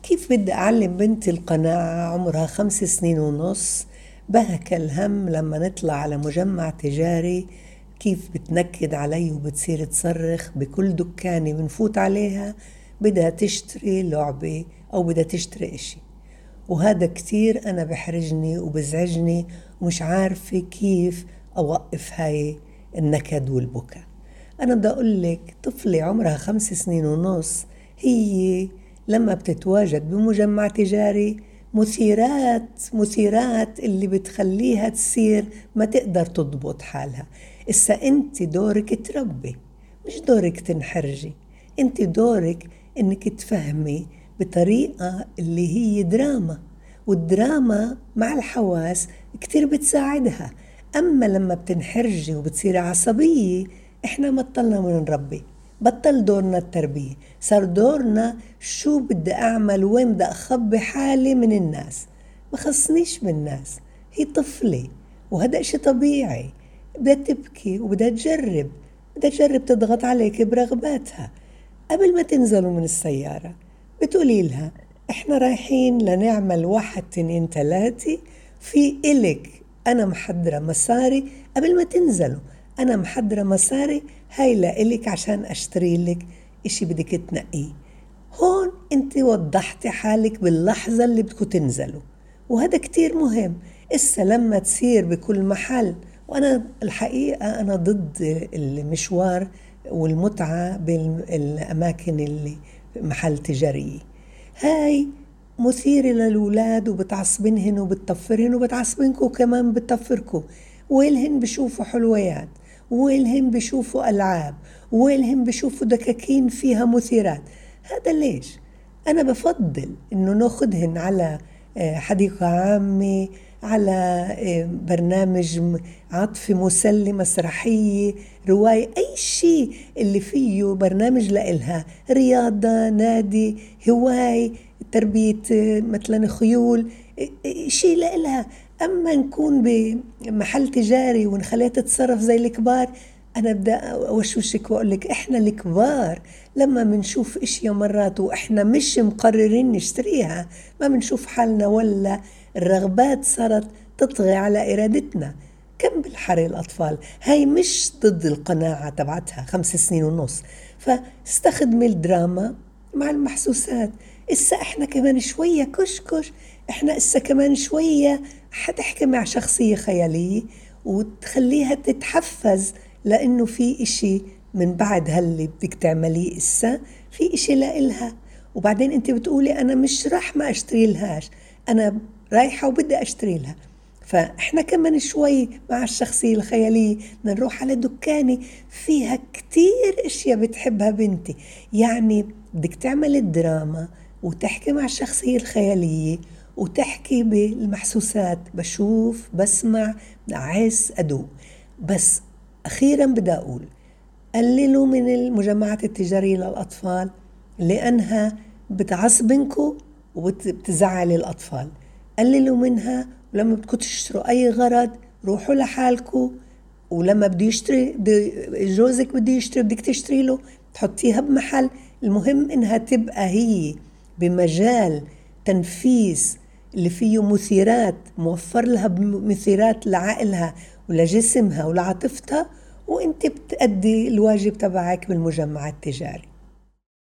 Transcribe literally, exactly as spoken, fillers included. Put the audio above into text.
كيف بدي أعلم بنتي القناعة عمرها خمس سنين ونص؟ بهك الهم لما نطلع على مجمع تجاري كيف بتنكد علي وبتصير تصرخ بكل دكانة بنفوت عليها بدها تشتري لعبة أو بدها تشتري إشي. وهذا كتير أنا بحرجني وبزعجني ومش عارفة كيف أوقف هاي النكد والبكاء. أنا بدي أقول لك طفلة عمرها خمس سنين ونص هي لما بتتواجد بمجمع تجاري مثيرات مثيرات اللي بتخليها تصير ما تقدر تضبط حالها. إسا أنت دورك تربي، مش دورك تنحرجي. أنت دورك إنك تفهمي بطريقة اللي هي دراما، والدراما مع الحواس كتير بتساعدها. أما لما بتنحرجي وبتصير عصبية إحنا بطلنا من نربي، بطل دورنا التربية، صار دورنا شو بدي أعمل وين بدي أخبي حالي من الناس. ما خصنيش بالناس، هي طفلة وهذا إشي طبيعي، بدها تبكي وبدها تجرب بدها تجرب تضغط عليك برغباتها. قبل ما تنزلوا من السيارة بتقولي لها إحنا رايحين لنعمل واحد اتنين تلاتة، في إلك أنا محضرة مصاري قبل ما تنزلوا، أنا محضرة مصاري هاي لإلك عشان أشتري لك إشي بدك تنقيه. هون أنت وضحتي حالك باللحظة اللي بدكوا تنزلوا، وهذا كتير مهم. إسا لما تصير بكل محل، وأنا الحقيقة أنا ضد المشوار والمتعة بالأماكن اللي محل تجارية، هاي مثيرة للولاد وبتعصبنهن وبتطفرهن وبتعصبنكو كمان بتطفركو. ويلهن بشوفوا حلويات، ويلهن بشوفوا ألعاب، ويلهن بشوفوا دكاكين فيها مثيرات. هذا ليش؟ أنا بفضل إنه ناخدهن على حديقة عامة، على برنامج عاطفي مسلي، مسرحية، رواية، أي شيء اللي فيه برنامج لإلها، رياضة، نادي، هواي، تربية مثلا خيول، شيء لإلها. أما نكون بمحل تجاري ونخليها تتصرف زي الكبار، أنا بدأ أوشوشك وأقولك إحنا الكبار لما منشوف إشياء مرات وإحنا مش مقررين نشتريها ما منشوف حالنا، ولا الرغبات صارت تطغي على إرادتنا. كم بالحري الأطفال، هاي مش ضد القناعة تبعتها خمس سنين ونص، فاستخدمي الدراما مع المحسوسات. إسا إحنا كمان شوية كش كش، إحنا إسا كمان شوية حتحكي مع شخصية خيالية وتخليها تتحفز، لأنه في إشي من بعد هاللي بدك تعمليه إسا في إشي لإلها. وبعدين أنت بتقولي أنا مش راح ما أشتري لهاش، أنا رايحة وبدي أشتري لها. فإحنا كمان شوي مع الشخصية الخيالية نروح على دكانة فيها كتير إشياء بتحبها بنتي، يعني بدك تعمل الدراما وتحكي مع الشخصية الخيالية وتحكي بالمحسوسات، بشوف، بسمع، أحس، أدوق. بس أخيراً بدي أقول قللوا من المجمعات التجارية للأطفال لأنها بتعصبنكوا وبتزعل الأطفال. قللوا منها، ولما بدكم تشتروا أي غرض روحوا لحالكوا، ولما بده يشتري جوزك بده يشتري بدك تشتري له تحطيها بمحل. المهم إنها تبقى هي بمجال تنفيس اللي فيه مثيرات، موفر لها مثيرات لعقلها ولجسمها ولعاطفتها، وانت بتأدي الواجب تبعك بالمجمع التجاري.